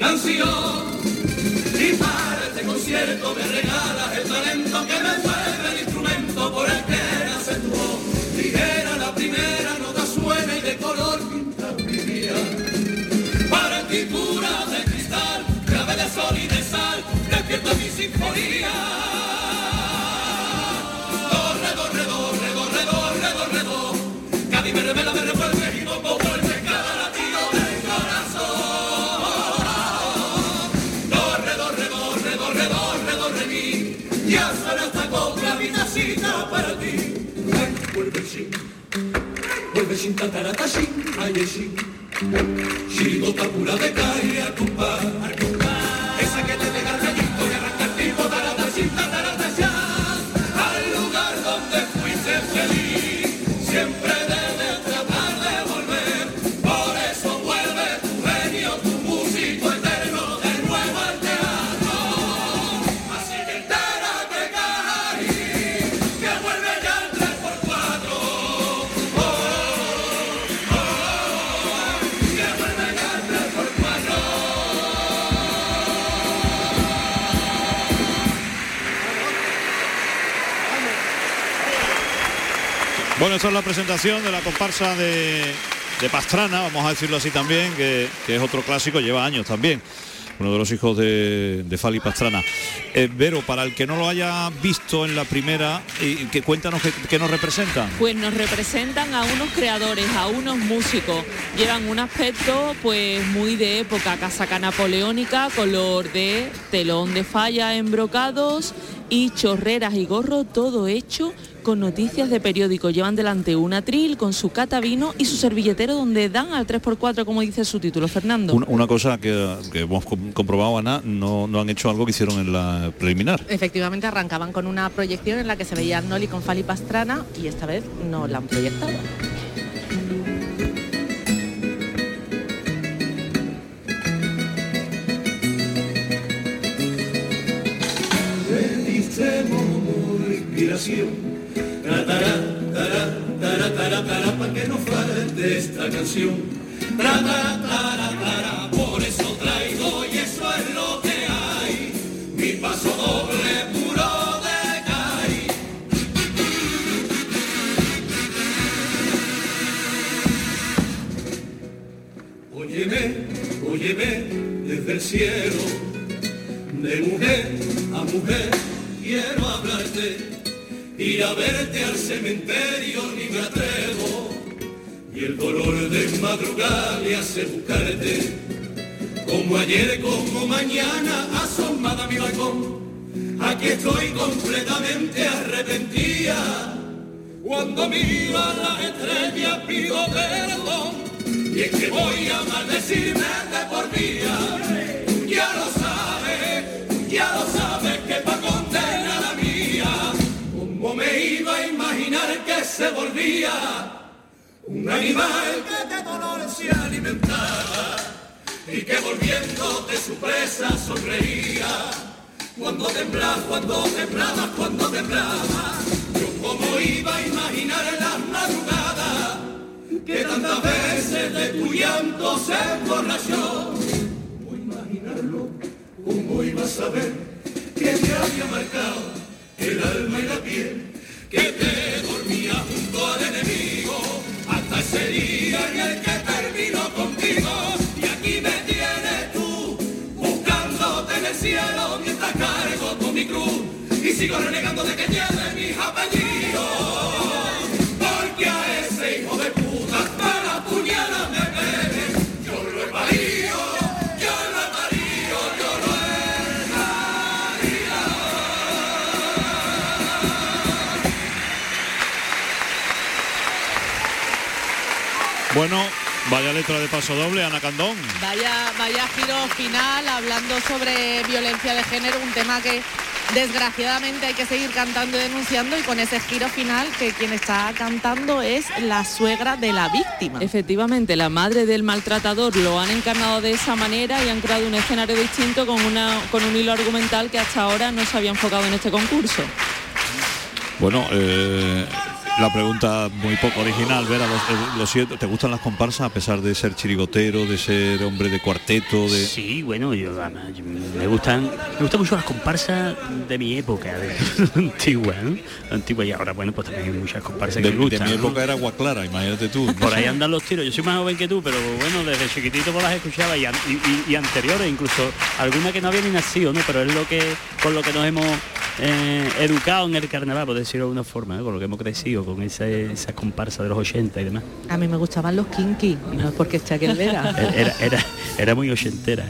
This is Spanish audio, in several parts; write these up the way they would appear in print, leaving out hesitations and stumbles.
canción. Y para este concierto me regalas el talento que me mueve el instrumento por el que nace tu voz. Ligera la primera nota suena y de color pinta mi vida. Para ti pura de cristal, grave de sol y de sal, despierta mi sinfonía. Me revela, me revuelve y poco vuelve cada latido del corazón. Re, mi. Ya suena esta copla, mi tacita para ti. Ay, vuelve sin tatarata, sin, ay, sin. Chirigota pura de calle al compás. Esa que te pega el rayito y arranca el tipo, tarata, sin tatarata, ya. Al lugar donde fuiste feliz, siempre Bueno, esta es la presentación de la comparsa de Pastrana, vamos a decirlo así también, que es otro clásico, lleva años también, uno de los hijos de Fali Pastrana. Vero, para el que no lo haya visto en la primera, que cuéntanos qué nos representan. Pues nos representan a unos creadores, a unos músicos. Llevan un aspecto pues muy de época, casaca napoleónica, color de telón de falla en brocados y chorreras y gorro, todo hecho con noticias de periódico. Llevan delante un atril con su catavino y su servilletero donde dan al 3x4, como dice su título, Fernando. Una cosa que hemos comprobado, Ana, no han hecho algo que hicieron en la preliminar. Efectivamente, arrancaban con una proyección en la que se veía Noli con Fali Pastrana y esta vez no la han proyectado. Para que no falte esta canción. Por eso traigo y eso es lo que hay. Mi paso doble puro de caí. Óyeme desde el cielo. De mujer a mujer quiero hablarte. Ir a verte al cementerio ni me atrevo, y el dolor de madrugada me hace buscarte, como ayer, como mañana, asomada a mi balcón. Aquí estoy completamente arrepentida, cuando miro a las estrellas pido perdón, y es que voy a maldecirme de por vida. Ya lo sabes que pa' condena la mía. ¿Cómo me iba a imaginar que se volvía un animal que de dolor se alimentaba y que volviéndote su presa sonreía? Cuando temblaba. Yo cómo iba a imaginar en las madrugadas que tantas veces de tu llanto se emborrachó. ¿Cómo imaginarlo? ¿Cómo iba a saber que te había marcado el alma y la piel, que te dormía junto al enemigo, hasta ese día en el que terminó contigo? Y aquí me tienes tú, buscándote en el cielo, mientras cargo con mi cruz, y sigo renegando de que lleve mis apellidos, porque a ese hijo de puta para la puñalada me pegue. Yo lo he parido, yo lo he parido, yo lo he Bueno, vaya letra de Paso Doble, Ana Candón. Vaya giro final hablando sobre violencia de género, un tema que desgraciadamente hay que seguir cantando y denunciando, y con ese giro final que quien está cantando es la suegra de la víctima. Efectivamente, la madre del maltratador lo han encarnado de esa manera y han creado un escenario distinto con un hilo argumental que hasta ahora no se había enfocado en este concurso. Bueno, La pregunta muy poco original, Vera, lo siento, ¿te gustan las comparsas a pesar de ser chirigotero, de ser hombre de cuarteto? Sí, bueno, me gustan mucho las comparsas de mi época, de antigua, ¿no? Antigua, y ahora, bueno, pues también hay muchas comparsas que me gustan. De mi ¿no? época era Agua Clara, imagínate tú. Por ahí andan los tiros, yo soy más joven que tú, pero bueno, desde chiquitito pues las escuchaba y anteriores, incluso alguna que no había ni nacido, ¿no? Pero es con lo que nos hemos educado en el carnaval, por decirlo de alguna forma, ¿no? Con lo que hemos crecido, con esa comparsa de los 80 y demás. A mí me gustaban los Kinky, no es porque esté aquí en Vera. Era muy ochentera.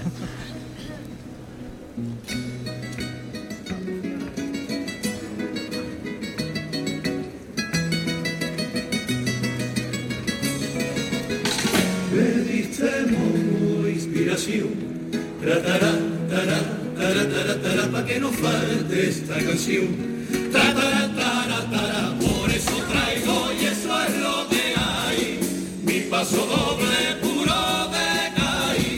Me diste como inspiración, para que no falte esta canción. Por eso traigo y eso es lo que hay, mi paso doble puro de caí.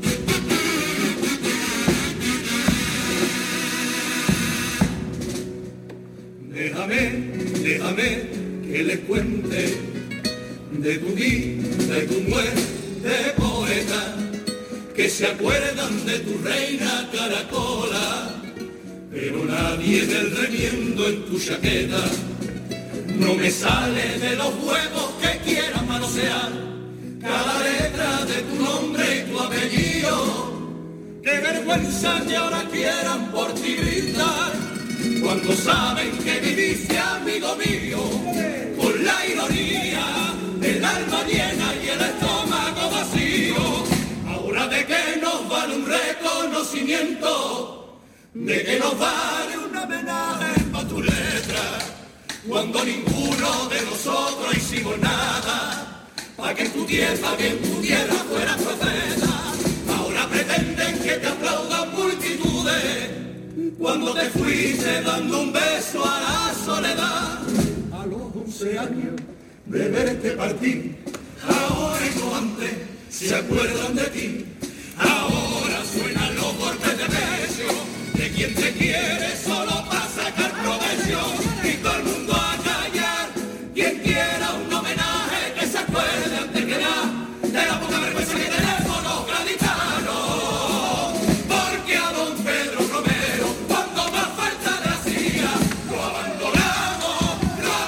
Déjame que les cuente de tu vida y tu muerte, poeta, que se acuerdan de tu reina caracola, pero nadie del remiendo en tu chaqueta. No me sale de los huevos que quieran manosear cada letra de tu nombre y tu apellido. Qué vergüenza que ahora quieran por ti gritar, cuando saben que viviste, amigo mío, con la ironía del alma llena y el estómago vacío. Ahora de que nos vale un reconocimiento, de que nos vale un homenaje pa' tu letra, cuando ninguno de nosotros hicimos nada pa' que en tu tierra fuera profeta. Ahora pretenden que te aplaudan multitudes cuando te fuiste dando un beso a la soledad. A los 11 años de verte partir, ahora y no antes se acuerdan de ti. Ahora suenan los golpes de pecho de quien te quiere solo para sacar provecho, y todo el mundo a callar. Quien quiera un homenaje que se acuerde antes que nada de la poca vergüenza que tenemos los gaditanos, porque a don Pedro Romero cuando más falta le hacía lo abandonamos.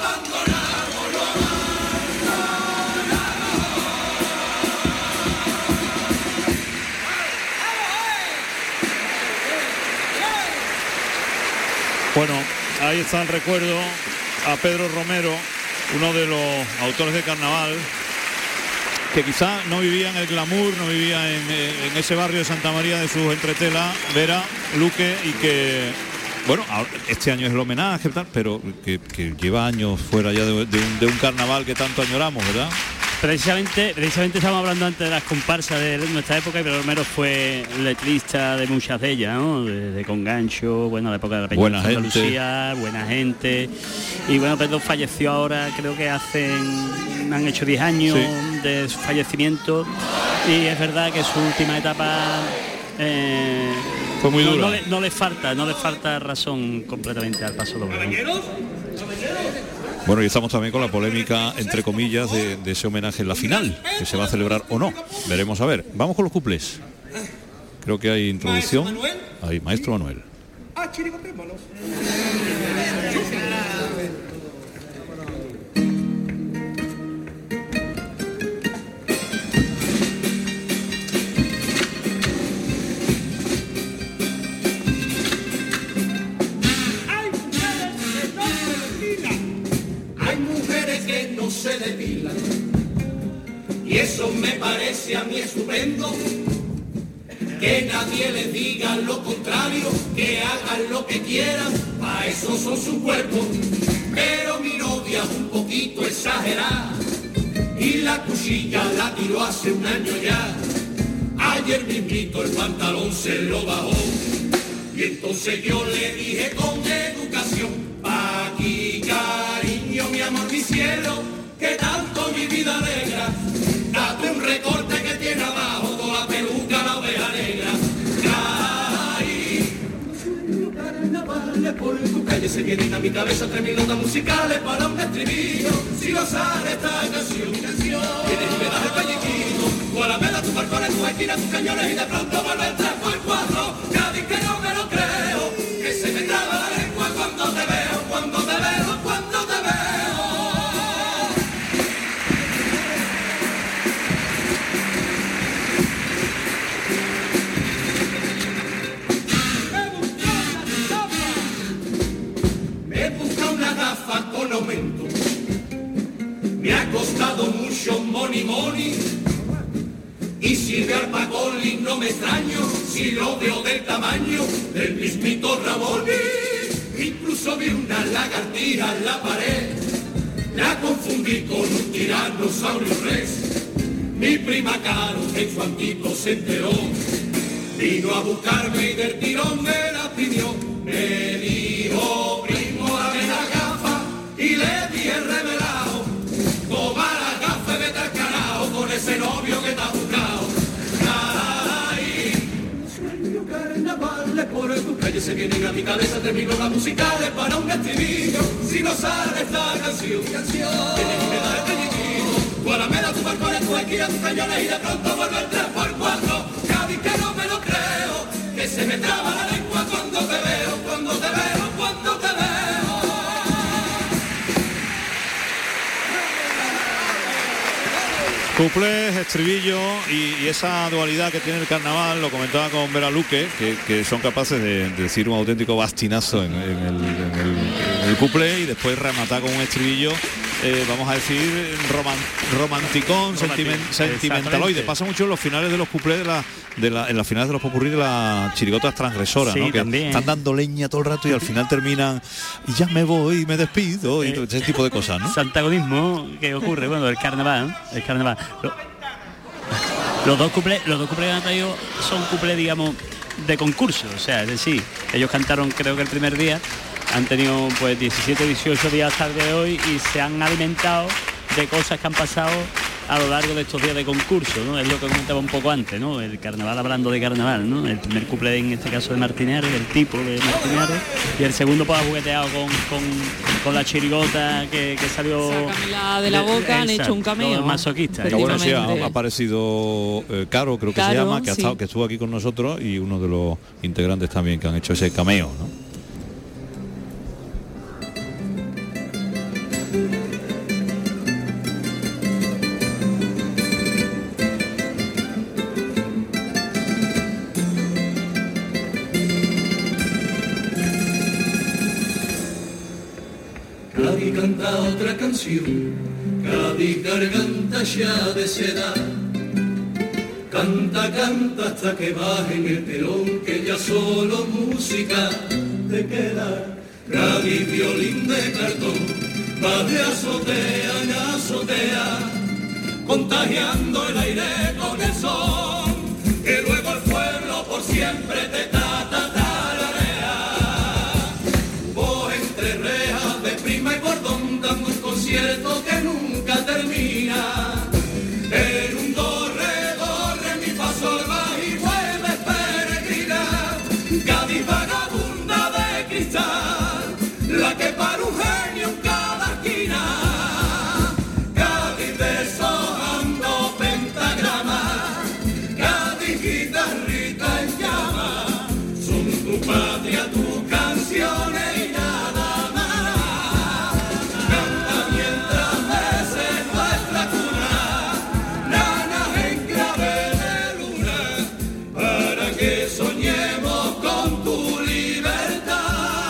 Bueno, ahí está el recuerdo a Pedro Romero, uno de los autores de carnaval, que quizá no vivía en el glamour, no vivía en ese barrio de Santa María de sus entretelas, Vera, Luque, y que, bueno, este año es el homenaje, tal, pero que lleva años fuera ya de un carnaval que tanto añoramos, ¿verdad? Precisamente estábamos hablando antes de las comparsas de nuestra época, y Pedro Romero fue letrista de muchas de ellas, ¿no? De Con Gancho, bueno, la época de la Peña de Santa Lucía, Buena Gente. Y bueno, Pedro falleció ahora, creo que han hecho 10 años de su fallecimiento, y es verdad que su última etapa fue muy dura. No le falta razón completamente al paso doble, ¿no? Bueno, y estamos también con la polémica, entre comillas, de ese homenaje en la final, que se va a celebrar o no. Veremos a ver. Vamos con los cuplés. Creo que hay introducción. Ahí, Maestro Manuel. Se depilan, y eso me parece a mí estupendo. Que nadie les diga lo contrario, que hagan lo que quieran, pa' eso son su cuerpo. Pero mi novia es un poquito exagerada, y la cuchilla la tiró hace un año ya. Ayer mismito el pantalón se lo bajó, y entonces yo le dije con educación: pa' aquí, cariño, mi amor, mi cielo, que tanto mi vida alegra, date un recorte que tiene abajo toda la peluca, la oveja negra. Ay, carnavales por tu calle se vienen a mi cabeza 3.000 notas musicales para un estribillo. no sale esta canción. Tienes y me das el pelliquito, tu alameda, tu balcones, tu esquina, tus cañones y de pronto vuelve el 3x4. Cádiz que no me lo creo, que se me traba la lengua cuando te veo, cuando te veo, cuando te veo. Me busca una gafa con aumento, me ha costado mucho money, y si de Arpagoli no me extraño, si lo veo del tamaño del mismito Ramón. Incluso vi una lagartija en la pared, la confundí con un tiranosaurio rex. Mi prima Caro, que Juanquito se enteró, vino a buscarme y del tirón me la pidió. Me dijo, primo, dame la gafa, y le di el revelado. Toma la gafa y vete al carajo con ese novio que te ha buscado. Ay, sueño carnavales por tu calle se vienen a mi cabeza, termino las musicales para un estribillo. Si no sale esta canción, tienes que me dar el pelliquito, tu alameda, tu balcones, tu esquina, tus cañones y de pronto vuelve el 3x4. Cádiz que no me lo creo, que se me traba la lengua cuando te veo, cuando te veo, cuando te veo. Cuplés, estribillo y esa dualidad que tiene el carnaval, lo comentaba con Vera Luque, que son capaces de decir un auténtico bastinazo en el cuplé y después rematar con un estribillo, vamos a decir, romanticón, sentimentaloide. Pasa mucho en los finales de los cuplés en las finales de los popurrí de las chirigotas transgresoras, sí, ¿no? Que también están dando leña todo el rato y al final terminan y ya me voy, me despido y ese tipo de cosas, ¿no? Antagonismo que ocurre, bueno, el carnaval. Los dos cuplés que han traído son cuplés, digamos, de concurso, o sea, es decir, ellos cantaron creo que el primer día, han tenido pues 17, 18 días tarde de hoy y se han alimentado de cosas que han pasado a lo largo de estos días de concurso, ¿no? Es lo que comentaba un poco antes, ¿no? El carnaval, hablando de carnaval, ¿no? El primer cuplé en este caso de Martinares, el tipo de Martinares, y el segundo pues ha jugueteado con la chirigota que salió. Sácamela de la boca, han hecho un cameo. Masoquista. Bueno, sí, ha aparecido Caro, creo que se llama, que sí, que estuvo aquí con nosotros, y uno de los integrantes también que han hecho ese cameo, ¿no? Cádiz canta otra canción, Cádiz garganta ya de seda. Canta, canta hasta que baje en el telón, que ya solo música te queda. Cádiz violín de cartón, va de azotea en azotea, contagiando el aire con el sol, que luego el pueblo por siempre te tararea. Vos entre rejas de prima y bordón, dando un concierto que nunca termina. En un do, re, mi, fa, sol, va y vuelve peregrina. Cádiz vagabunda de cristal, la que para un genio en cada esquina. Cádiz deshojando pentagrama, Cádiz guitarrita en llama, son tu patria, tus canciones y nada más. Canta mientras mece nuestra cuna, nanas en clave de luna, para que soñemos con tu libertad.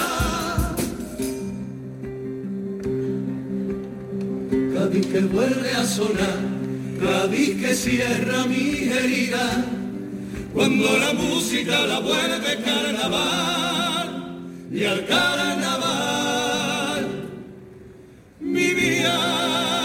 Cádiz que vuelve a sonar, Cádiz que cierra mi herida, cuando la música la vuelve carnaval, y al carnaval mi vida.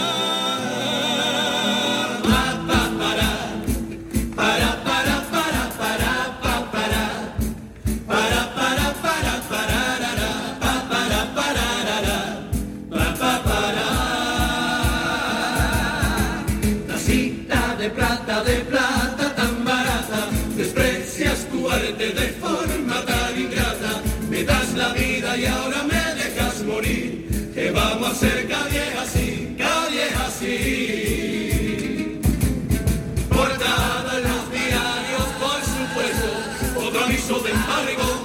De plata tan barata, desprecias tu arte de forma tan ingrata, me das la vida y ahora me dejas morir, que vamos vamos a hacer Cádiz así, Cádiz así. Portada en los diarios, por supuesto, otro aviso de embargo.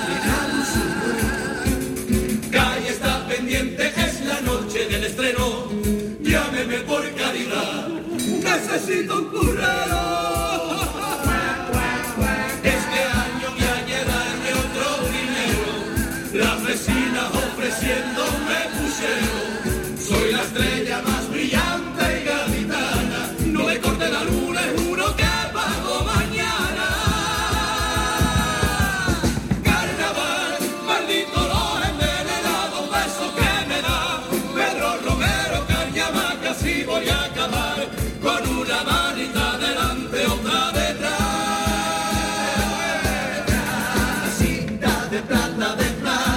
Cádiz está pendiente, es la noche del estreno. Llámeme por caridad, necesito un currero. Las vecinas ofreciéndome pusieron, soy la estrella más brillante y gaditana, no me corte la luna, juro que pago mañana. Carnaval, maldito los envenenados besos que me da Pedro Romero, Cañama, casi voy a acabar con una manita delante, otra detrás. Cinta de plata de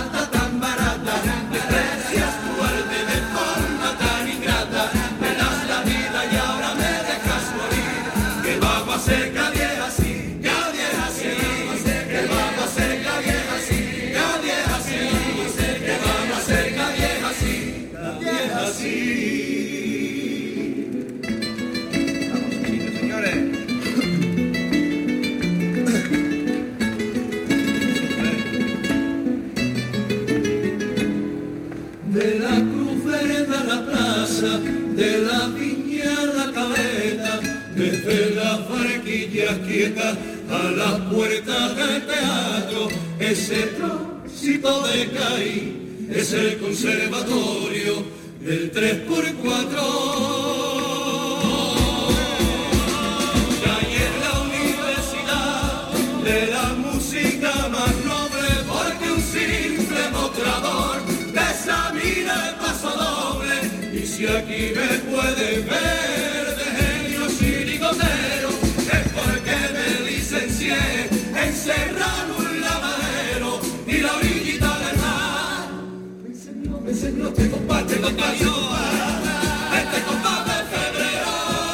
de la viña a la caleta, desde las barquillas quietas a las puertas del teatro, ese trocito de Cádiz es el conservatorio del 3x4. Cádiz es la universidad de la música más noble, porque un simple mostrador examina el paso doble. Y si aquí me puedes ver de genio chirigotero, es porque me licencié en Serrano, un lavadero y la orillita del mar. Me enseñó este compás, te comparió este compás de febrero.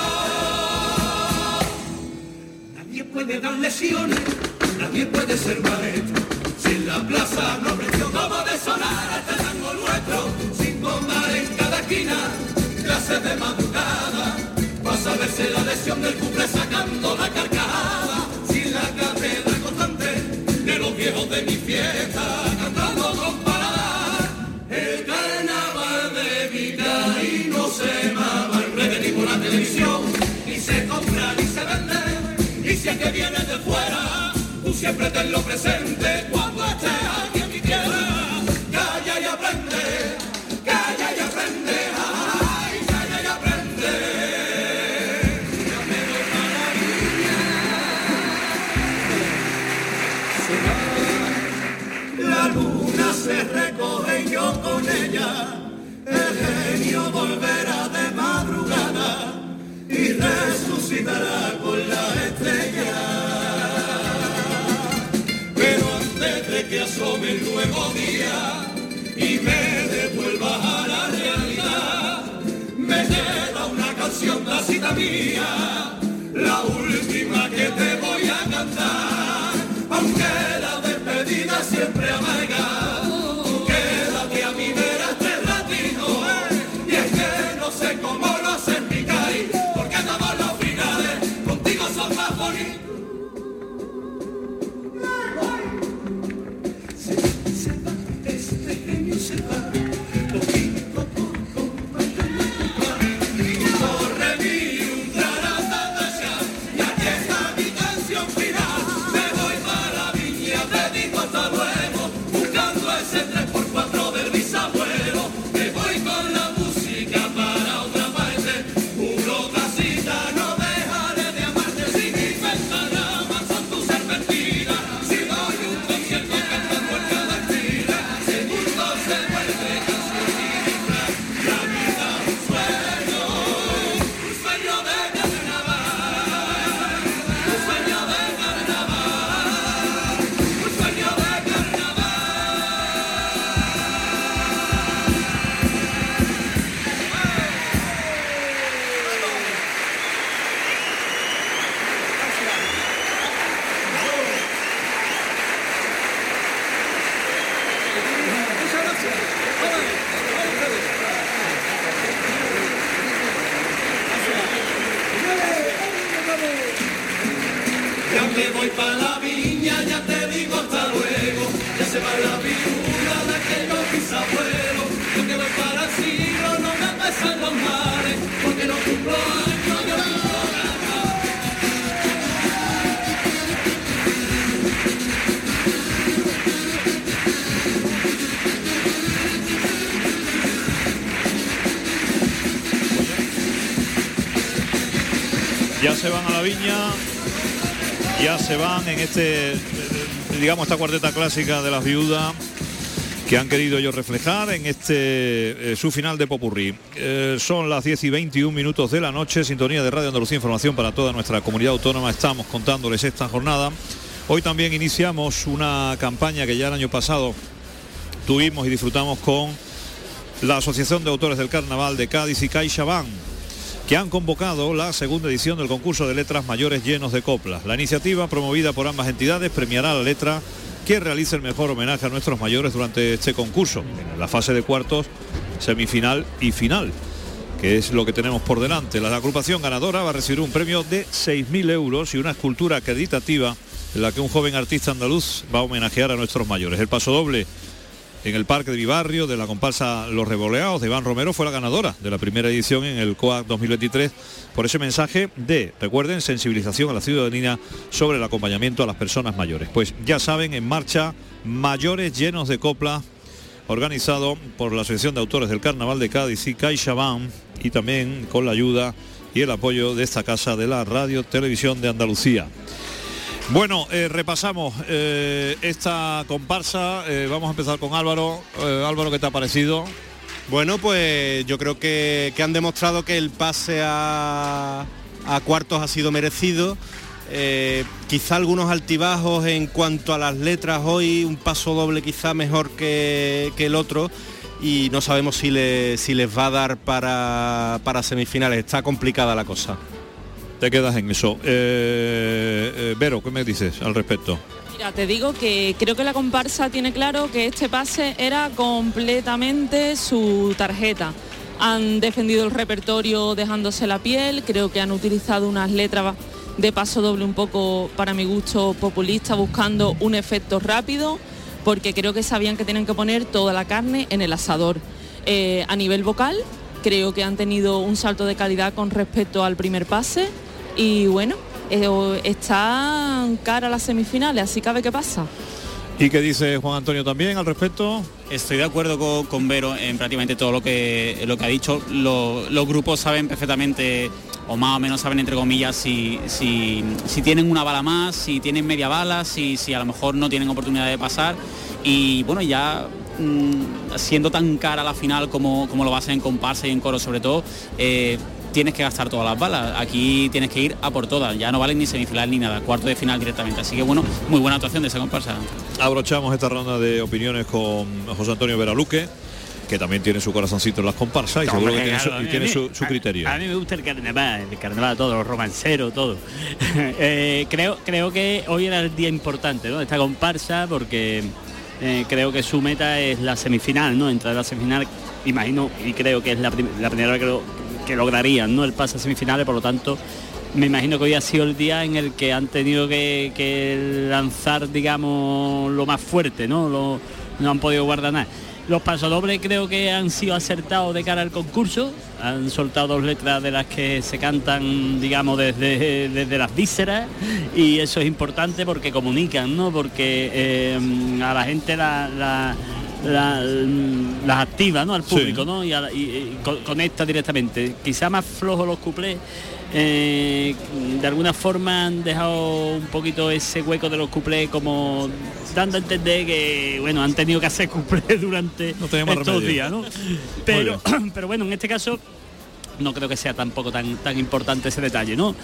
Nadie puede dar lesiones, nadie puede ser maestro, si en la plaza no aprendió cómo de sonar este tango nuestro, sin tomar en cada esquina clases de madrugada, vas a verse la lesión del cumple sacando la carcajada, sin la cátedra constante de los viejos de mi fiesta, cantando con paladar el carnaval de mi Cádiz. No se mama en redes ni por la televisión, ni se compra ni se vende, y si es que viene de fuera, tú siempre tenlo presente cuando estés aquí en mi tierra. Calla y aprende, calla y aprende, ay, calla y aprende. Ya me voy para la viña. La luna se recoge y yo con ella, el genio volverá de madrugada y resucitará con la estrella. De que asome el nuevo día y me devuelva a la realidad, me queda una canción tácita mía, la última que te voy a cantar, aunque la despedida siempre amarga, quédate a mi vera este ratito, y es que no sé cómo lo hacen mi Cádiz, porque todos los finales contigo son más bonitos. Ese 3x4 del bisabuelo, me voy con la música para otra voy para la viña, ya te digo hasta luego, ya se va la figura de aquellos bisabuelos, yo que voy para el siglo, no me pesan los males, porque no cumplo años, yo cumplo ganas. Ya se van a la viña, ya se van en digamos, esta cuarteta clásica de las viudas que han querido ellos reflejar en su final de popurrí. Son las 10:21 de la noche, sintonía de Radio Andalucía Información para toda nuestra comunidad autónoma. Estamos contándoles esta jornada. Hoy también iniciamos una campaña que ya el año pasado tuvimos y disfrutamos con la Asociación de Autores del Carnaval de Cádiz y CaixaBank, que han convocado la segunda edición del concurso de letras mayores llenos de coplas. La iniciativa, promovida por ambas entidades, premiará la letra que realice el mejor homenaje a nuestros mayores durante este concurso, en la fase de cuartos, semifinal y final, que es lo que tenemos por delante. La agrupación ganadora va a recibir un premio de 6.000 euros y una escultura acreditativa en la que un joven artista andaluz va a homenajear a nuestros mayores. El paso doble en el Parque de Vivarrio de la comparsa Los Revoleados de Iván Romero fue la ganadora de la primera edición en el COAC 2023 por ese mensaje de, recuerden, sensibilización a la ciudadanía sobre el acompañamiento a las personas mayores. Pues ya saben, en marcha Mayores Llenos de Copla, organizado por la Asociación de Autores del Carnaval de Cádiz y CaixaBank, y también con la ayuda y el apoyo de esta casa de la Radio Televisión de Andalucía. Bueno, repasamos esta comparsa. Vamos a empezar con Álvaro. Álvaro, ¿qué te ha parecido? Bueno, pues yo creo que han demostrado que el pase a cuartos ha sido merecido. Quizá algunos altibajos en cuanto a las letras hoy, un paso doble quizá mejor que el otro, y no sabemos si les va a dar para semifinales. Está complicada la cosa. Te quedas en eso. Vero, ¿qué me dices al respecto? Mira, te digo que creo que la comparsa tiene claro que este pase era completamente su tarjeta. Han defendido el repertorio dejándose la piel, creo que han utilizado unas letras de paso doble un poco, para mi gusto, populista, buscando un efecto rápido, porque creo que sabían que tenían que poner toda la carne en el asador. A nivel vocal, creo que han tenido un salto de calidad con respecto al primer pase. Y bueno, está cara a las semifinales, así que a ver qué pasa. ¿Y qué dice Juan Antonio también al respecto? Estoy de acuerdo con Vero en prácticamente todo lo que ha dicho. Los grupos saben perfectamente, o más o menos saben entre comillas, si tienen una bala más, si tienen media bala, si a lo mejor no tienen oportunidad de pasar. Y bueno, ya siendo tan cara la final como lo va a ser en comparsa y en coro sobre todo, tienes que gastar todas las balas. Aquí tienes que ir a por todas, ya no valen ni semifinal ni nada, cuarto de final directamente. Así que bueno, muy buena actuación de esa comparsa. Abrochamos esta ronda de opiniones con José Antonio Veraluque, que también tiene su corazoncito en las comparsas y seguro que tiene su criterio. A mí me gusta el carnaval todo, los romanceros, todo. Creo que hoy era el día importante, ¿no?, esta comparsa, porque creo que su meta es la semifinal, ¿no? Entrar a la semifinal, imagino, y creo que es la primera que lograrían, ¿no?, el pase a semifinales. Por lo tanto, me imagino que hoy ha sido el día en el que han tenido que lanzar, digamos, lo más fuerte, ¿no? No han podido guardar nada. Los pasodobles creo que han sido acertados de cara al concurso. Han soltado dos letras de las que se cantan, digamos, desde las vísceras, y eso es importante porque comunican, ¿no? Porque a la gente las activa, ¿no?, al público, sí, ¿no? Y conecta directamente. Quizá más flojos los cuplés, de alguna forma han dejado un poquito ese hueco de los cuplés, como dando a entender que bueno, han tenido que hacer cuplés durante estos días, ¿no? Pero bueno, en este caso no creo que sea tampoco tan importante ese detalle, ¿no?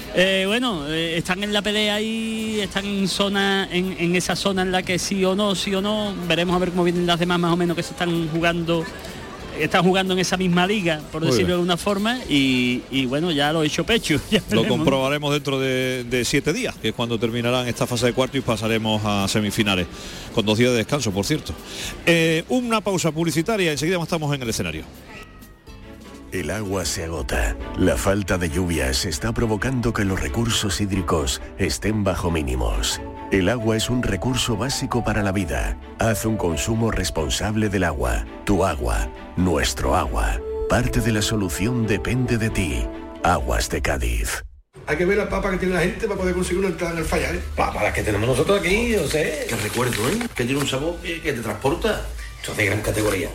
Están en la pelea y están en esa zona en la que sí o no, veremos a ver cómo vienen las demás más o menos, que están jugando en esa misma liga, por decirlo de alguna forma, y bueno, ya lo he hecho pecho. Lo comprobaremos dentro de 7 días, que es cuando terminarán esta fase de cuarto y pasaremos a semifinales, con 2 días de descanso, por cierto. Una pausa publicitaria, enseguida estamos en el escenario. El agua se agota. La falta de lluvias está provocando que los recursos hídricos estén bajo mínimos. El agua es un recurso básico para la vida. Haz un consumo responsable del agua. Tu agua, nuestro agua. Parte de la solución depende de ti. Aguas de Cádiz. Hay que ver la papa que tiene la gente para poder conseguir una entrada en el Falla, ¿eh? Papa las que tenemos nosotros aquí, yo sé. Qué recuerdo, ¿eh? Que tiene un sabor que te transporta. Esto es de gran categoría.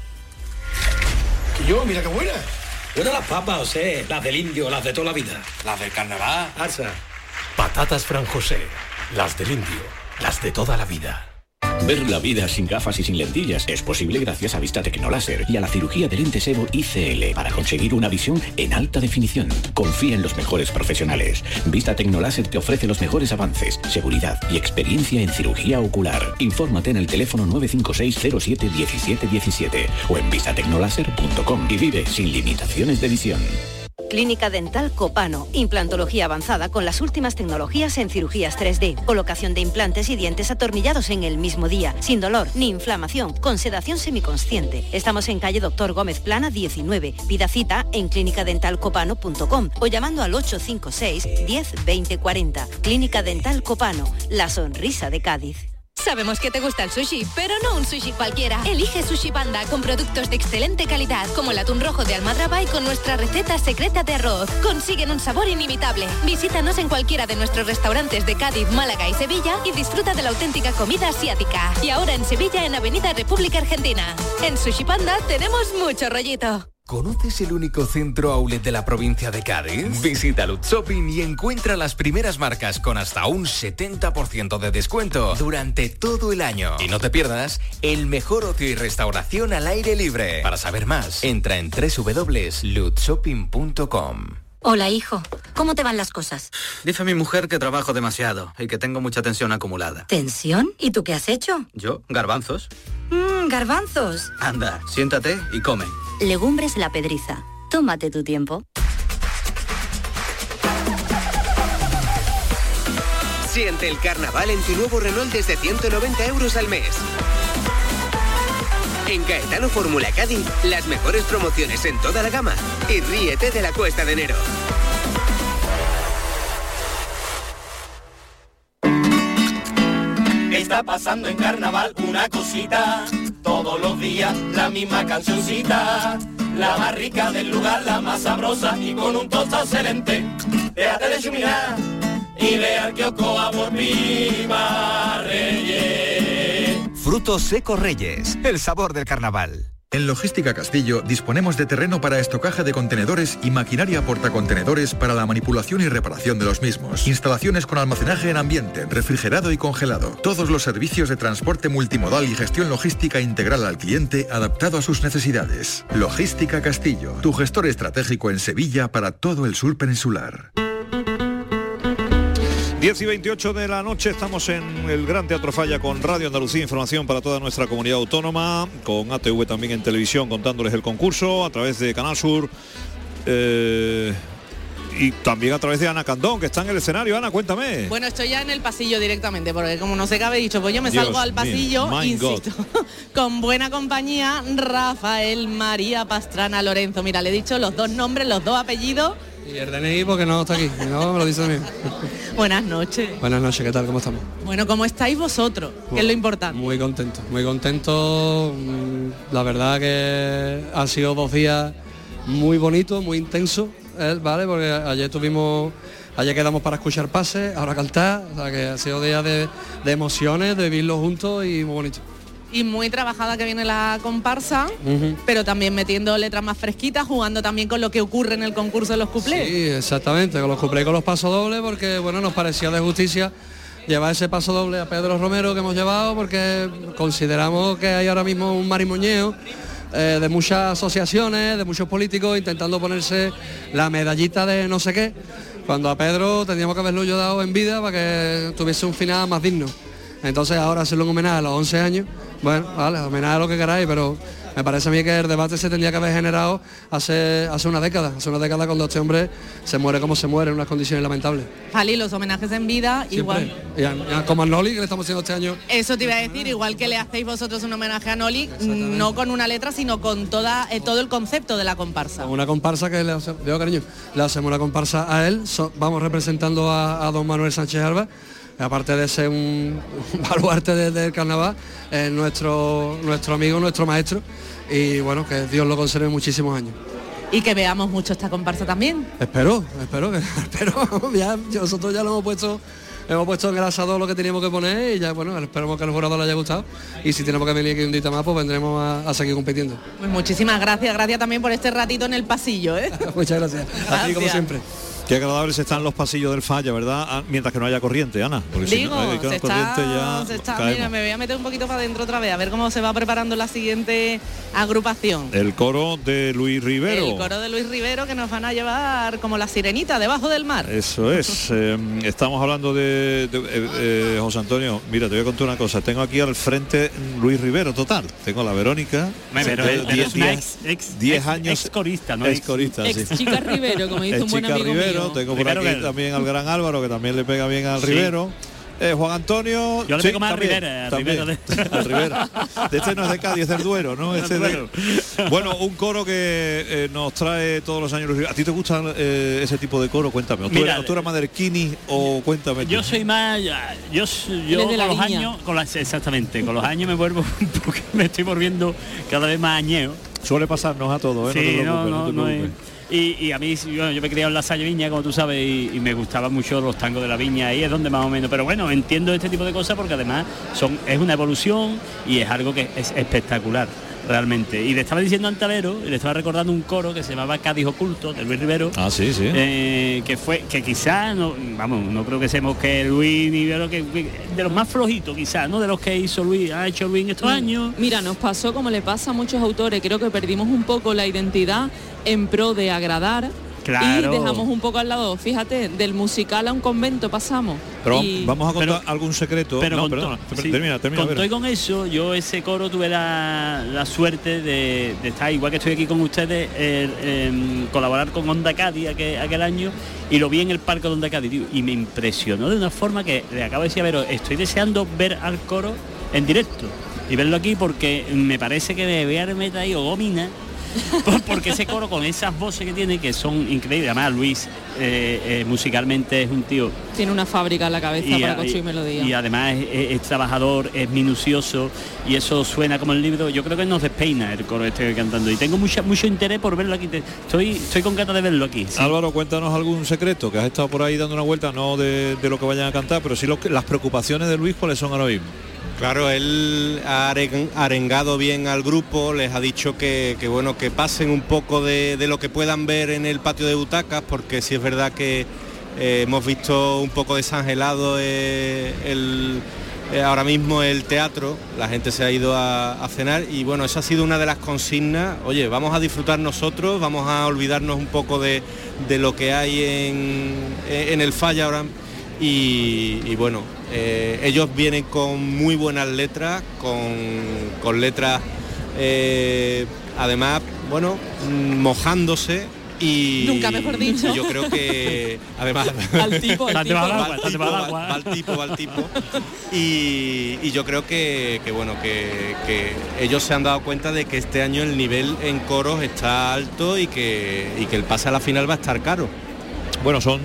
Que yo, mira qué buena. Buenas las papas, José. Las del indio, las de toda la vida. Las del carnaval. Arsa. Patatas Fran José. Las del indio. Las de toda la vida. Ver la vida sin gafas y sin lentillas es posible gracias a Vista Tecnoláser y a la cirugía de lentes Evo ICL para conseguir una visión en alta definición. Confía en los mejores profesionales. Vista Tecnoláser te ofrece los mejores avances, seguridad y experiencia en cirugía ocular. Infórmate en el teléfono 956-07-1717 o en vistatecnoláser.com y vive sin limitaciones de visión. Clínica Dental Copano, implantología avanzada con las últimas tecnologías en cirugías 3D, colocación de implantes y dientes atornillados en el mismo día, sin dolor ni inflamación, con sedación semiconsciente. Estamos en calle Doctor Gómez Plana 19. Pida cita en clinicadentalcopano.com o llamando al 856 10 20 40. Clínica Dental Copano, la sonrisa de Cádiz. Sabemos que te gusta el sushi, pero no un sushi cualquiera. Elige Sushi Panda con productos de excelente calidad, como el atún rojo de Almadraba y con nuestra receta secreta de arroz. Consiguen un sabor inimitable. Visítanos en cualquiera de nuestros restaurantes de Cádiz, Málaga y Sevilla y disfruta de la auténtica comida asiática. Y ahora en Sevilla, en Avenida República Argentina. En Sushi Panda tenemos mucho rollito. ¿Conoces el único centro outlet de la provincia de Cádiz? Visita Lutz Shopping y encuentra las primeras marcas con hasta un 70% de descuento durante todo el año. Y no te pierdas el mejor ocio y restauración al aire libre. Para saber más, entra en www.lutzshopping.com. Hola, hijo. ¿Cómo te van las cosas? Dice mi mujer que trabajo demasiado y que tengo mucha tensión acumulada. ¿Tensión? ¿Y tú qué has hecho? ¿Yo? Garbanzos. Garbanzos. Anda, siéntate y come. Legumbres La Pedriza. Tómate tu tiempo. Siente el carnaval en tu nuevo Renault desde 190 euros al mes. En Caetano Fórmula Cádiz, las mejores promociones en toda la gama. Y ríete de la cuesta de enero. Está pasando en carnaval una cosita, todos los días la misma cancioncita, la más rica del lugar, la más sabrosa y con un tostado excelente. Déjate de chuminar y ve al kiosco a por Viva Reyes. Frutos secos Reyes, el sabor del carnaval. En Logística Castillo disponemos de terreno para estocaje de contenedores y maquinaria portacontenedores para la manipulación y reparación de los mismos. Instalaciones con almacenaje en ambiente, refrigerado y congelado. Todos los servicios de transporte multimodal y gestión logística integral al cliente adaptado a sus necesidades. Logística Castillo, tu gestor estratégico en Sevilla para todo el sur peninsular. 10:28 de la noche, estamos en el Gran Teatro Falla con Radio Andalucía, información para toda nuestra comunidad autónoma, con ATV también en televisión contándoles el concurso a través de Canal Sur y también a través de Ana Candón, que está en el escenario. Ana, cuéntame. Bueno, estoy ya en el pasillo directamente, porque como no se cabe, he dicho, pues yo me salgo al pasillo, insisto, con buena compañía, Rafael, María Pastrana, Lorenzo. Mira, le he dicho los dos nombres, los dos apellidos. Y el DNI porque no está aquí, no me lo dice a mí. Buenas noches. Buenas noches, ¿qué tal? ¿Cómo estamos? Bueno, ¿cómo estáis vosotros? ¿Qué es lo importante? Muy contento. La verdad que han sido 2 días muy bonitos, muy intensos, ¿vale? Porque ayer quedamos para escuchar pases, ahora cantar, o sea que ha sido días de emociones, de vivirlo juntos y muy bonito. Y muy trabajada que viene la comparsa, pero también metiendo letras más fresquitas, jugando también con lo que ocurre en el concurso de los cuplés. Sí, exactamente, con los cuplés y con los pasodobles, porque bueno, nos parecía de justicia llevar ese pasodoble a Pedro Romero que hemos llevado, porque consideramos que hay ahora mismo un marimoneo de muchas asociaciones, de muchos políticos intentando ponerse la medallita de no sé qué, cuando a Pedro tendríamos que haberlo yo dado en vida para que tuviese un final más digno. Entonces ahora hacerlo un homenaje a los 11 años, bueno, vale, homenaje a lo que queráis, pero Me parece a mí que el debate se tendría que haber generado hace una década cuando este hombre se muere como se muere en unas condiciones lamentables. Fali, los homenajes en vida, siempre. Igual. Como a Noli, que le estamos haciendo este año. Eso te iba a decir, igual que le hacéis vosotros un homenaje a Noli, no con una letra, sino con todo el concepto de la comparsa. Una comparsa que le hacemos una comparsa a él, vamos representando a don Manuel Sánchez Alba, aparte de ser un baluarte del carnaval, nuestro amigo, nuestro maestro, y bueno, que Dios lo conserve muchísimos años. Y que veamos mucho esta comparsa también. Espero, ya, nosotros ya lo hemos puesto en el asador lo que teníamos que poner, y ya bueno, esperemos que al jurado le haya gustado, y si tenemos que venir aquí un día más, pues vendremos a seguir compitiendo. Pues muchísimas gracias también por este ratito en el pasillo, ¿eh? Muchas gracias. Aquí como siempre. Qué agradables están los pasillos del Falla, ¿verdad? Mientras que no haya corriente, Ana. Porque digo, si no hay corriente ya mira, me voy a meter un poquito para adentro otra vez, a ver cómo se va preparando la siguiente agrupación. El coro de Luis Rivero. El coro de Luis Rivero, que nos van a llevar como la sirenita debajo del mar. Eso es. Estamos hablando de José Antonio. Mira, te voy a contar una cosa. Tengo aquí al frente Luis Rivero, total. Tengo a la Verónica. Pero es una ex años. Ex corista, ¿no? Ex corista, ex chica Rivero, como dice un buen amigo mío. Tengo por aquí también al gran Álvaro, que también le pega bien al Rivero. Juan Antonio. Yo le pego más también, al Rivera. De este no es de Cádiz, es del Duero, ¿no? Bueno, un coro que nos trae todos los años. ¿A ti te gusta ese tipo de coro? Cuéntame. ¿O tú eres más del Kini o cuéntame? Yo soy más. Yo con los años. Exactamente. Con los años me vuelvo un poco. Me estoy volviendo cada vez más añeo. Suele pasarnos a todos, ¿eh? Sí, no te preocupes. Y a mí, yo me he criado en la Salle Viña, como tú sabes, y me gustaban mucho los tangos de la Viña, ahí es donde más o menos, pero bueno, entiendo este tipo de cosas porque además es una evolución y es algo que es espectacular, realmente. Y le estaba diciendo a Antalero, y le estaba recordando un coro que se llamaba Cádiz Oculto, de Luis Rivero. Ah, sí. Que quizás, no creo que seamos que Luis Rivero, que de los más flojitos quizás, ¿no? De los que ha hecho Luis en estos años. Mira, nos pasó como le pasa a muchos autores, creo que perdimos un poco la identidad en pro de agradar. Claro. Y dejamos un poco al lado, fíjate, del musical a un convento pasamos. Pero vamos a contar algún secreto. Termina. Con eso, yo ese coro tuve la suerte de estar, igual que estoy aquí con ustedes, colaborar con Onda Cádiz aquel año, y lo vi en el Parque de Onda Cádiz, tío, y me impresionó de una forma que le acabo de decir, pero estoy deseando ver al coro en directo y verlo aquí, porque me parece que me voy a meter ahí o gomina. Porque ese coro con esas voces que tiene, que son increíbles, además Luis musicalmente es un tío, tiene una fábrica en la cabeza para construir melodía, y además es trabajador, es minucioso, y eso suena como el libro. Yo creo que nos despeina el coro este cantando, y tengo mucho interés por verlo aquí. Estoy con ganas de verlo aquí, sí. Álvaro, cuéntanos algún secreto, que has estado por ahí dando una vuelta, no de lo que vayan a cantar, pero sí las preocupaciones de Luis, ¿cuáles son ahora mismo? Claro, él ha arengado bien al grupo, les ha dicho que bueno, que pasen un poco de lo que puedan ver en el patio de butacas, porque sí es verdad que hemos visto un poco desangelado ahora mismo el teatro, la gente se ha ido a cenar, y bueno, esa ha sido una de las consignas. Oye, vamos a disfrutar nosotros, vamos a olvidarnos un poco de lo que hay en el Falla ahora, y bueno, ellos vienen con muy buenas letras, con letras además, bueno, mojándose, y nunca mejor dicho. Y yo creo que además va al tipo y yo creo que bueno, que ellos se han dado cuenta de que este año el nivel en coros está alto, y que el pase a la final va a estar caro. Bueno, son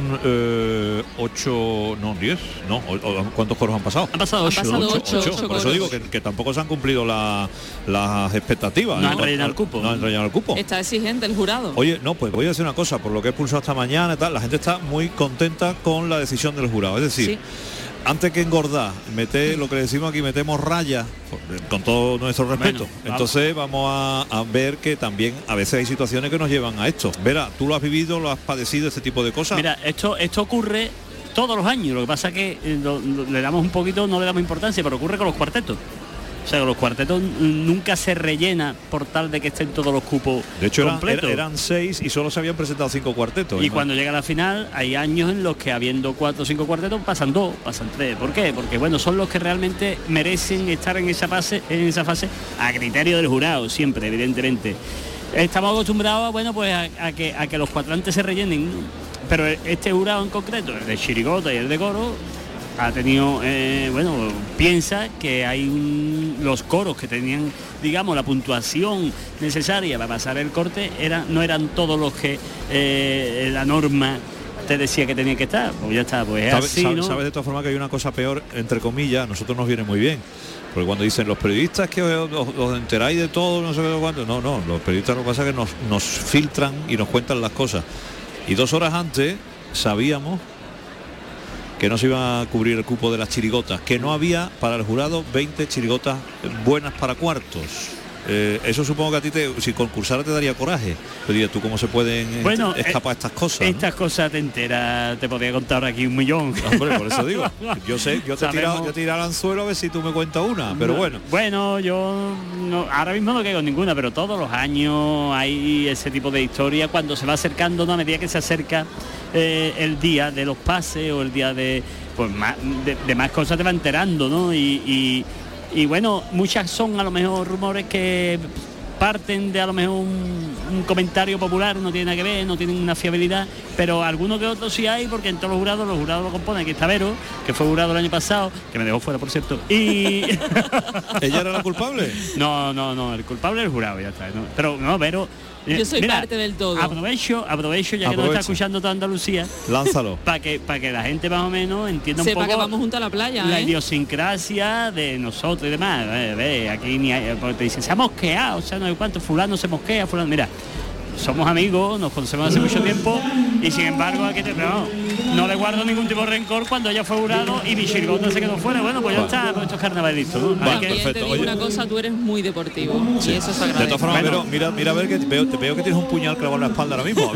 8, no, 10, no, ¿cuántos coros han pasado? Han pasado 8. Por eso digo que tampoco se han cumplido las expectativas. No han rellenado el cupo. Está exigente el jurado. Oye, no, pues voy a decir una cosa, por lo que he pulsado esta mañana y tal, la gente está muy contenta con la decisión del jurado. Es decir, antes que engordar, lo que le decimos aquí, metemos raya, con todo nuestro respeto. Bueno, entonces vamos a ver que también a veces hay situaciones que nos llevan a esto. Vera, ¿tú lo has vivido, lo has padecido, este tipo de cosas? Mira, esto ocurre todos los años. Lo que pasa es que le damos un poquito, no le damos importancia, pero ocurre con los cuartetos. O sea, los cuartetos nunca se rellena por tal de que estén todos los cupos de hecho completos. Eran 6 y solo se habían presentado 5 cuartetos. Y cuando llega la final hay años en los que habiendo 4 o 5 cuartetos pasan 2, pasan 3. ¿Por qué? Porque bueno, son los que realmente merecen estar en esa fase a criterio del jurado, siempre, evidentemente. Estamos acostumbrados a que los cuadrantes se rellenen, pero este jurado en concreto, el de chirigota y el de coro, ha tenido, piensa que hay los coros que tenían, digamos, la puntuación necesaria para pasar el corte, no eran todos los que la norma te decía que tenía que estar. Pues ya está, pues es así, ¿no? Sabes de todas formas que hay una cosa peor, entre comillas, a nosotros nos viene muy bien. Porque cuando dicen los periodistas que os enteráis de todo, no sé cuánto, no, los periodistas lo que pasa es que nos filtran y nos cuentan las cosas. Y 2 horas antes sabíamos que no se iba a cubrir el cupo de las chirigotas, que no había para el jurado 20 chirigotas buenas para cuartos. Eso supongo que a ti, si concursara, te daría coraje. Pero diría, ¿tú cómo se pueden escapar estas cosas? Estas, ¿no? Cosas te enteras, te podría contar aquí 1 millón. Hombre, por eso digo. Yo te he tirado al anzuelo a ver si tú me cuentas una, pero bueno. Bueno, yo ahora mismo no caigo en ninguna, pero todos los años hay ese tipo de historia cuando se va acercando, ¿no? A medida que se acerca el día de los pases o el día de más cosas te va enterando, ¿no? Y bueno, muchas son a lo mejor rumores que parten de a lo mejor un comentario popular, no tiene nada que ver, no tienen una fiabilidad, pero algunos que otros sí hay, porque en todos los jurados lo componen. Aquí está Vero, que fue jurado el año pasado, que me dejó fuera, por cierto, y... ¿Ella era la culpable? No, el culpable es el jurado, ya está, ¿no? Pero no, Vero... Yo soy parte del todo. Aprovecho ya que nos está escuchando toda Andalucía. Lánzalo. Para que la gente más o menos entienda un poco. Sepa que vamos junto a la playa. La idiosincrasia de nosotros y demás. Aquí ni hay, porque te dicen, se ha mosqueado, o sea, no hay cuánto, fulano se mosquea, fulano. Mira, somos amigos, nos conocemos hace mucho tiempo y sin embargo aquí no le guardo ningún tipo de rencor cuando ella fue jurado y mi chirigota se quedó fuera. Bueno, pues ya está, pues esto es carnavalito, ¿no? También te digo una cosa, tú eres muy deportivo, sí. Y eso se agradece. De todas formas, pero mira a ver, que te veo que tienes un puñal clavado en la espalda ahora mismo.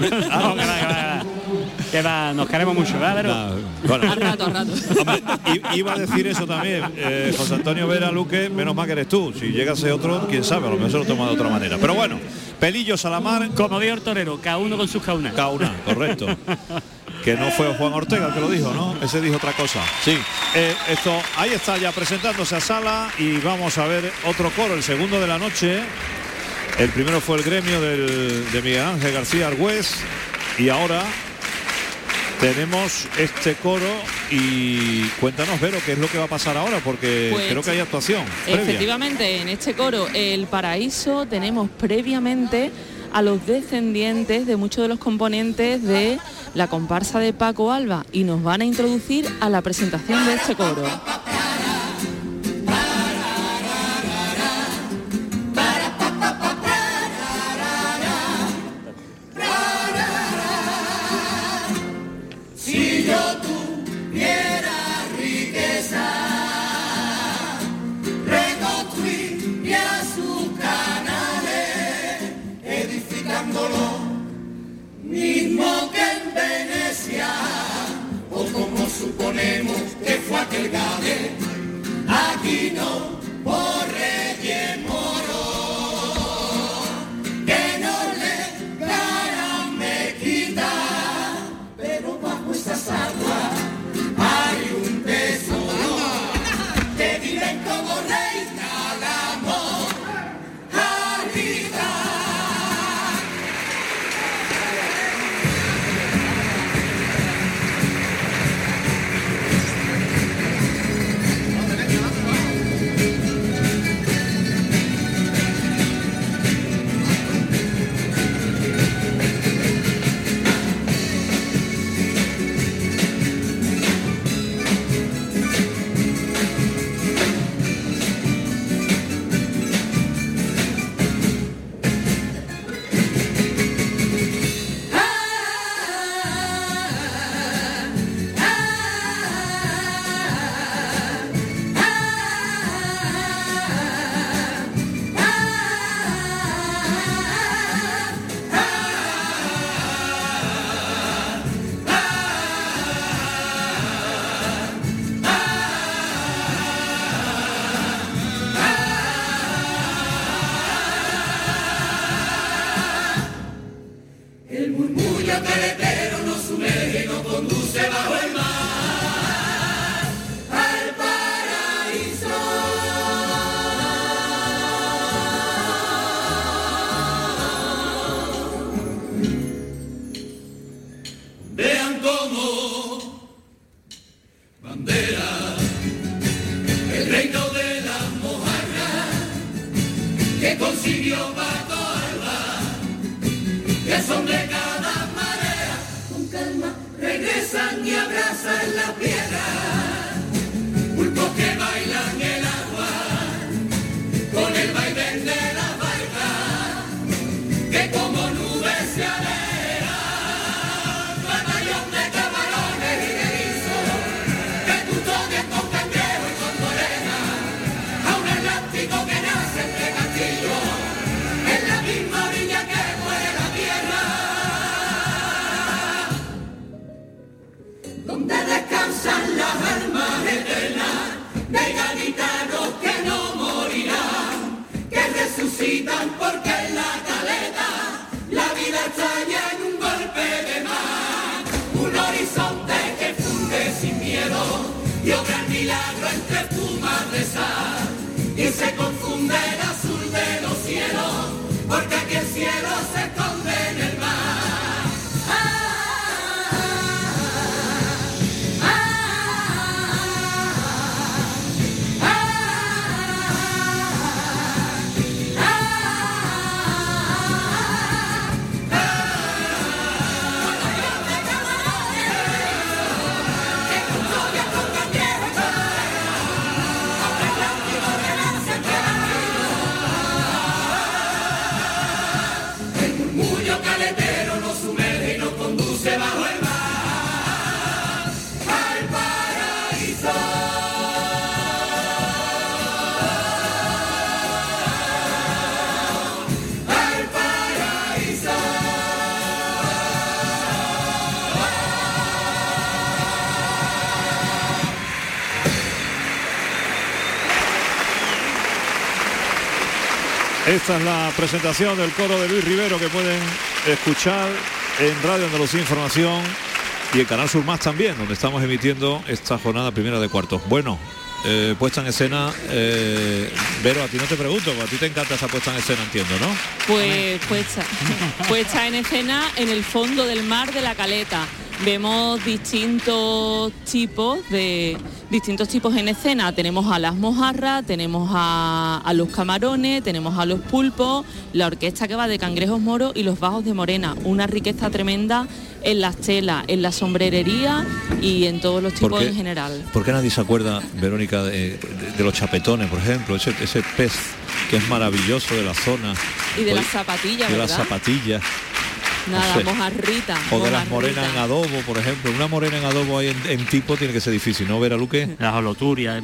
Que va, nos queremos mucho, ¿verdad? Bueno, a rato. Hombre, iba a decir eso también, José Antonio Vera Luque, menos mal que eres tú. Si llegase otro, quién sabe, a lo mejor se lo toma de otra manera. Pero bueno, Pelillos a la mar. Como dijo el torero, cada uno con sus caunas. Cauna, correcto. Que no fue Juan Ortega el que lo dijo, ¿no? Ese dijo otra cosa. Sí. Ahí está ya presentándose a sala y vamos a ver otro coro, el segundo de la noche. El primero fue el gremio de Miguel Ángel García Argüés y ahora tenemos este coro y cuéntanos, Vero, qué es lo que va a pasar ahora, porque pues, creo que hay actuación previa. Efectivamente, en este coro El Paraíso tenemos previamente a los descendientes de muchos de los componentes de la comparsa de Paco Alba y nos van a introducir a la presentación de este coro. Mismo que en Venecia, o como suponemos que fue aquel Gade, aquí no, por Reyes Moro, que no le ganan mezquita, pero bajo esas aguas hay un tesoro que viven como reina al amor, Jarita. El murmullo caletero nos sumerge y nos conduce bajo el mar al paraíso. Vean cómo bandera el reino de la mojarra que consiguió Paco Alba, que son de cada marea, con calma regresan y abrazan la piedra, pulpos que bailan el agua, con el vaivén de la barca, que como nubes se alejan, batallón de camarones y de erizos, que custodian con cangrejo y con morena, a un Atlántico que nace entre castillos, en la misma orilla que muere la tierra, donde descansan las almas eternas de gaditanos que no morirán, que resucitan porque en la caleta la vida extraña en un golpe de mar, un horizonte que funde sin miedo y obra el milagro entre espumas de sal, y se confunde el azul de los cielos, porque aquí el cielo se esconde en el mar. Caletero nos sumerge y nos conduce bajo el mar al paraíso. Al paraíso. Esta es la presentación del coro de Luis Rivero, que pueden escuchar en Radio Andalucía Información y en Canal Sur Más también, donde estamos emitiendo esta jornada primera de cuartos. Bueno, puesta en escena, Vero, a ti no te pregunto, a ti te encanta esa puesta en escena, entiendo, ¿no? Pues puesta en escena en el fondo del mar de la Caleta. Vemos distintos tipos en escena. Tenemos a las mojarras, tenemos a los camarones, tenemos a los pulpos, la orquesta que va de cangrejos moros y los bajos de morena. Una riqueza tremenda en las telas, en la sombrerería y en todos los tipos en general. ¿Por qué nadie se acuerda, Verónica, de los chapetones, por ejemplo? Ese pez que es maravilloso de la zona. Y de las zapatillas, ¿verdad? De las zapatillas. Nada, no sé. mojarrita. O de las morenas en adobo, por ejemplo. Una morena en adobo ahí en tipo tiene que ser difícil, ¿no, Vera Luque? Las oloturias.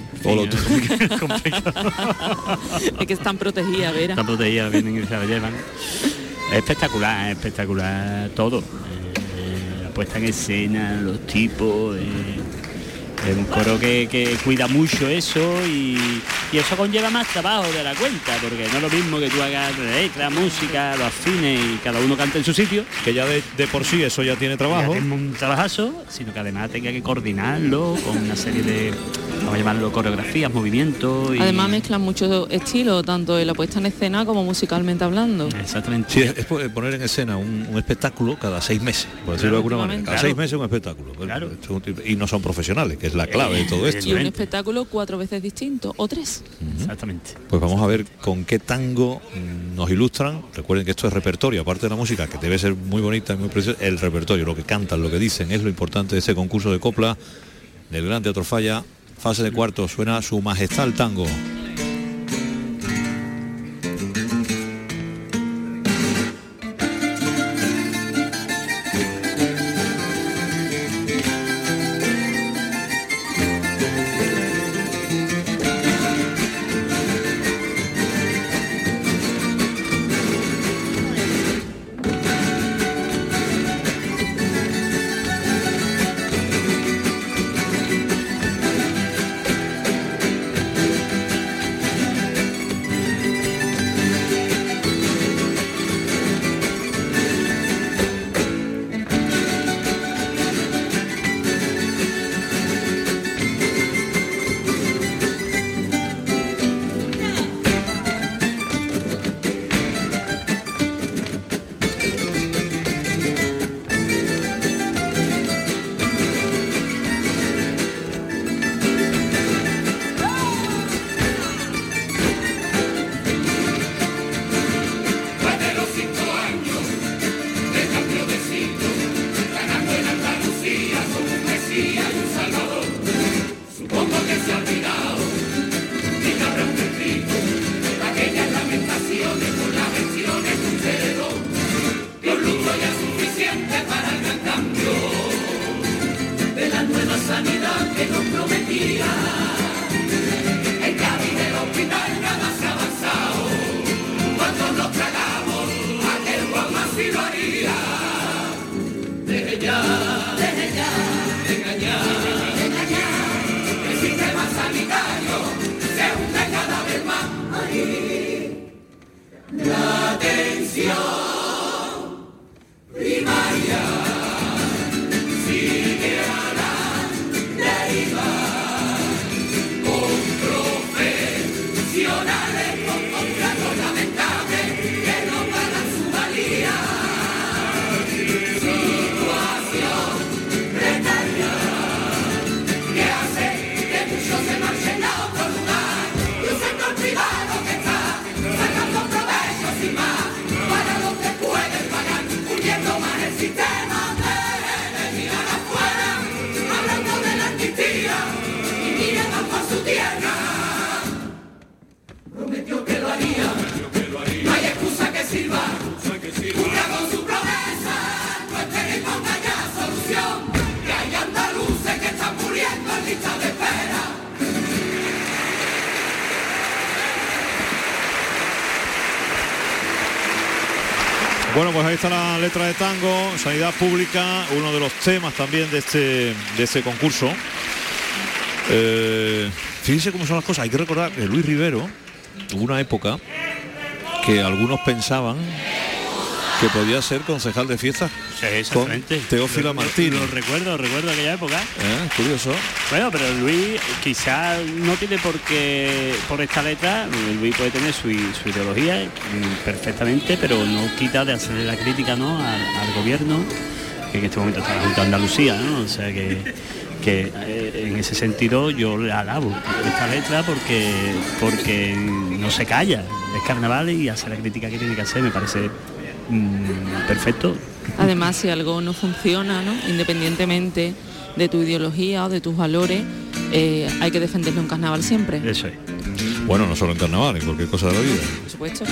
Es que están protegidas, Vera. Están protegidas, vienen y se las llevan. Es espectacular todo. La puesta en escena, los tipos. Es un coro que cuida mucho eso y eso conlleva más trabajo de la cuenta, porque no es lo mismo que tú hagas letra, música, los afines y cada uno cante en su sitio. Que ya de por sí eso ya tiene trabajo. Es un trabajazo, sino que además tenga que coordinarlo con una serie de, vamos a llamarlo, coreografías, movimientos. Además mezclan muchos estilos, tanto en la puesta en escena como musicalmente hablando. Exactamente. Sí, es poner en escena un espectáculo cada 6 meses, por decirlo de alguna manera. Cada 6 meses un espectáculo. Claro. Y no son profesionales, que es la clave de todo esto. Y un espectáculo 4 veces distinto, o 3. Exactamente. Pues vamos a ver con qué tango nos ilustran. Recuerden que esto es repertorio, aparte de la música, que debe ser muy bonita y muy preciosa, el repertorio, lo que cantan, lo que dicen, es lo importante de este concurso de copla del Gran Teatro Falla. Fase de cuartos, suena Su Majestad el Tango. que nos prometía. En Cádiz del hospital nada se ha avanzado. Cuando nos tragamos, aquel Juan así lo haría. Deje ya de engañar. El sistema sanitario se hunde cada vez más. Ay, la atención primaria sigue a la deriva, con profesionales con contratos lamentables que no pagan su valía. Situación precaria que hace que muchos se marchen a otro lugar, y un sector privado que está sacando provecho sin más para los que pueden pagar, hundiendo más el sistema. De mirar afuera, hablando de la amnistía y mirando por su tierra. Prometió que lo haría, no hay excusa que sirva. Cumpla con su promesa, no espere y ponga ya solución, que hay andaluces que están muriendo en lista de espera. Bueno, pues ahí está la letra de tango, Sanidad Pública, uno de los temas también de este concurso. Fíjense cómo son las cosas. Hay que recordar que Luis Rivero tuvo una época que algunos pensaban que podía ser concejal de fiestas, sí, con Teófila Martínez. Lo recuerdo aquella época. Curioso. Bueno, pero Luis quizás no tiene por qué, por esta letra, Luis puede tener su ideología perfectamente, pero no quita de hacerle la crítica, ¿no?, al gobierno, que en este momento está la Junta de Andalucía, ¿no? O sea que en ese sentido yo le alabo esta letra porque no se calla, es carnaval y hace la crítica que tiene que hacer, me parece perfecto. Además, si algo no funciona, ¿no?, independientemente de tu ideología o de tus valores, hay que defenderlo en carnaval siempre. Eso es. Bueno, no solo en carnaval, en cualquier cosa de la vida. Por supuesto.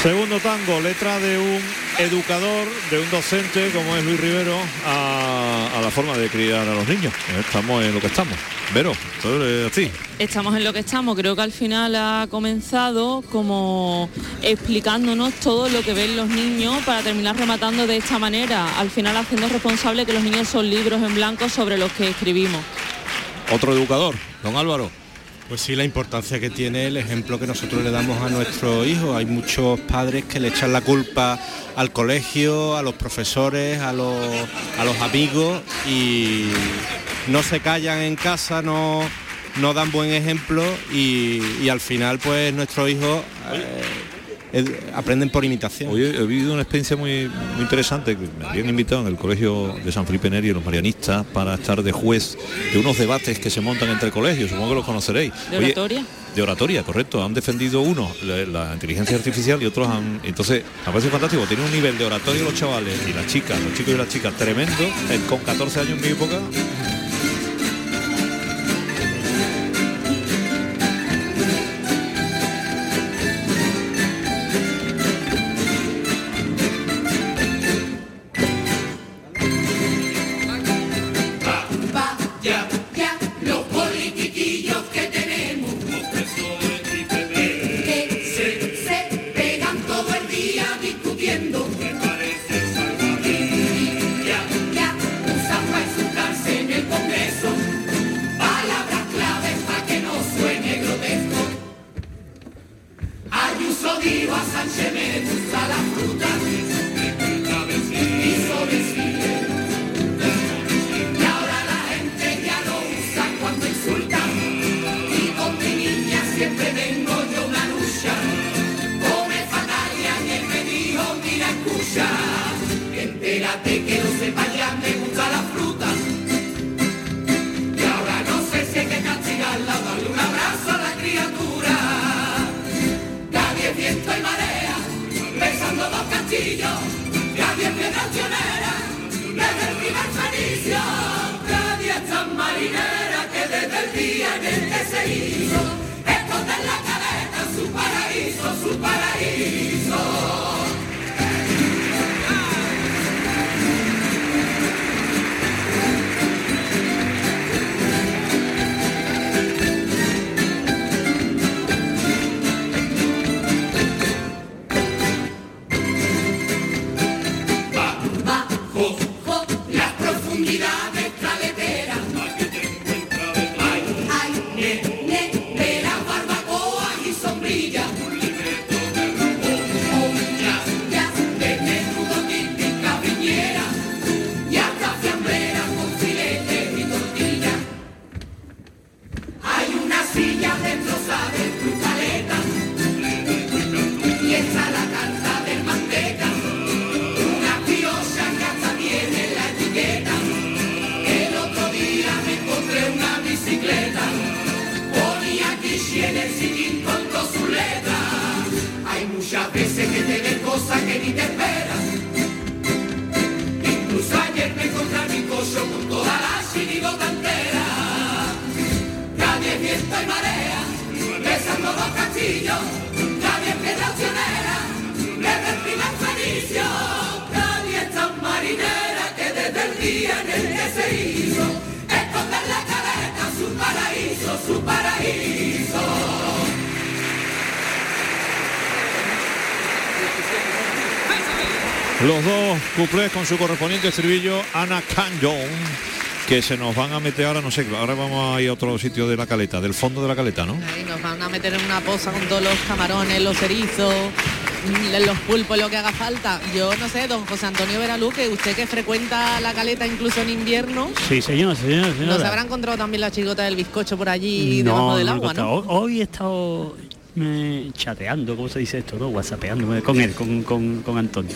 Segundo tango, letra de un educador, de un docente como es Luis Rivero, a la forma de criar a los niños. Estamos en lo que estamos. Vero, todo así. Estamos en lo que estamos. Creo que al final ha comenzado como explicándonos todo lo que ven los niños para terminar rematando de esta manera. Al final haciendo responsable que los niños son libros en blanco sobre los que escribimos. Otro educador, don Álvaro. Pues sí, la importancia que tiene el ejemplo que nosotros le damos a nuestros hijos. Hay muchos padres que le echan la culpa al colegio, a los profesores, a los amigos y no se callan en casa, no dan buen ejemplo y al final pues nuestros hijos aprenden por imitación. Hoy he vivido una experiencia muy interesante, que me habían invitado en el colegio de San Felipe Neri, los marianistas, para estar de juez de unos debates que se montan entre colegios, supongo que los conoceréis. ¿De oratoria? De oratoria, correcto. Han defendido unos la inteligencia artificial y otros han... Entonces, me parece fantástico, tienen un nivel de oratoria los chavales y las chicas, los chicos y las chicas, tremendo, con 14 años en mi época. Los dos cuplés con su correspondiente estribillo, Ana Canyon, que se nos van a meter ahora, no sé, ahora vamos a ir a otro sitio de la caleta, del fondo de la caleta, ¿no? Ahí nos van a meter en una poza con todos los camarones, los erizos, los pulpos, lo que haga falta. Yo no sé, don José Antonio Veraluque, usted que frecuenta la caleta incluso en invierno. Sí, señor. ¿No se habrá encontrado también la chirigota del bizcocho por allí debajo del agua, no? Hoy he estado chateando, ¿cómo se dice esto? ¿No? Whatsappeando con él, con Antonio.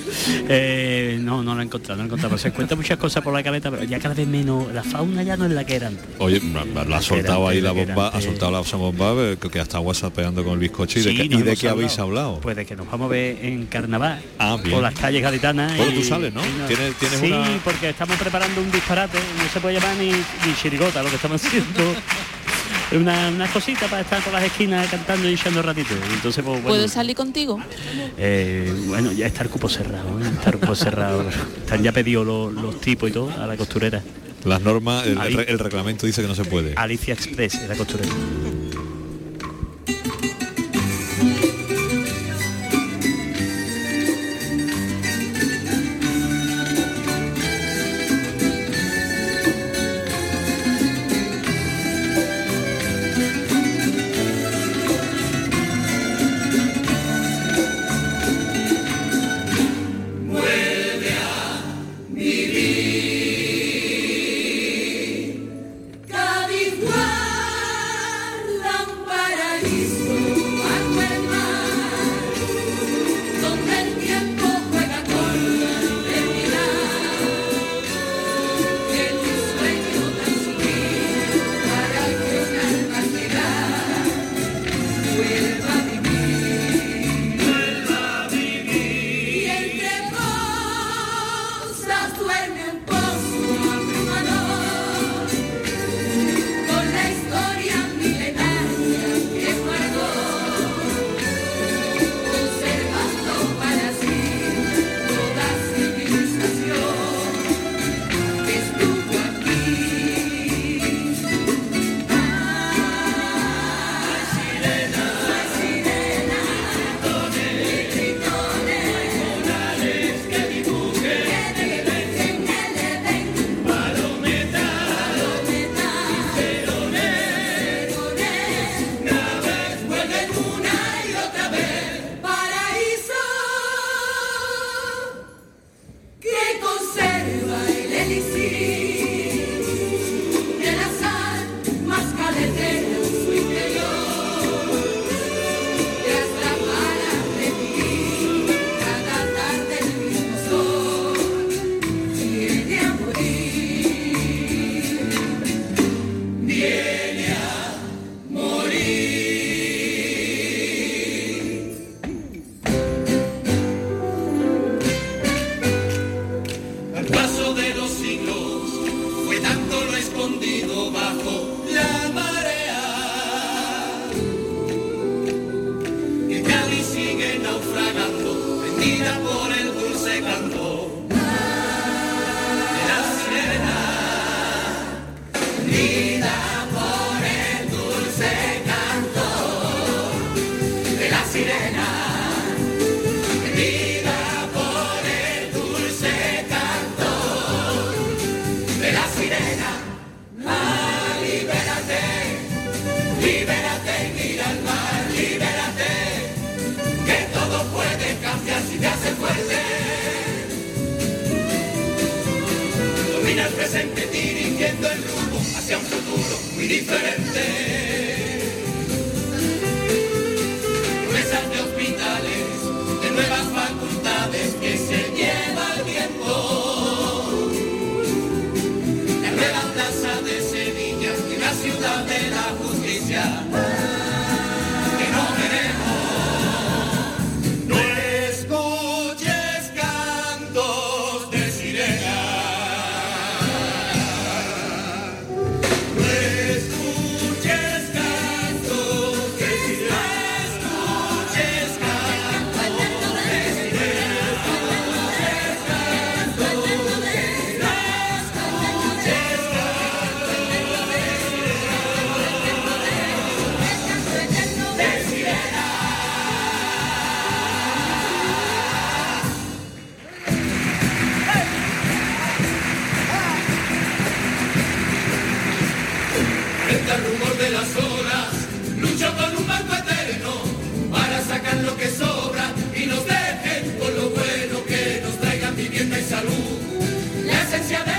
No lo he encontrado, pero se encuentran muchas cosas por la caleta, pero ya cada vez menos, la fauna ya no es la que era antes. Oye, la ha soltado ahí la bomba, ha soltado la bomba, que ha estado whatsappeando con el bizcocho. ¿Y de qué habéis hablado? Pues de que nos vamos a ver en carnaval, por las calles gaditanas. Bueno, tú sales, ¿no? ¿Tienes sí, porque estamos preparando un disparate, no se puede llamar ni chirigota lo que estamos haciendo. una cosita para estar por las esquinas cantando y echando ratito. Entonces, pues, bueno, ¿Puedo salir contigo? Bueno, ya está el cupo cerrado, ¿eh? Está el cupo cerrado. Están ya pedidos los tipos y todo a la costurera. Las normas, el reglamento dice que no se puede. Alicia Express, la costurera. Frente al rumor de las olas, lucho con un banco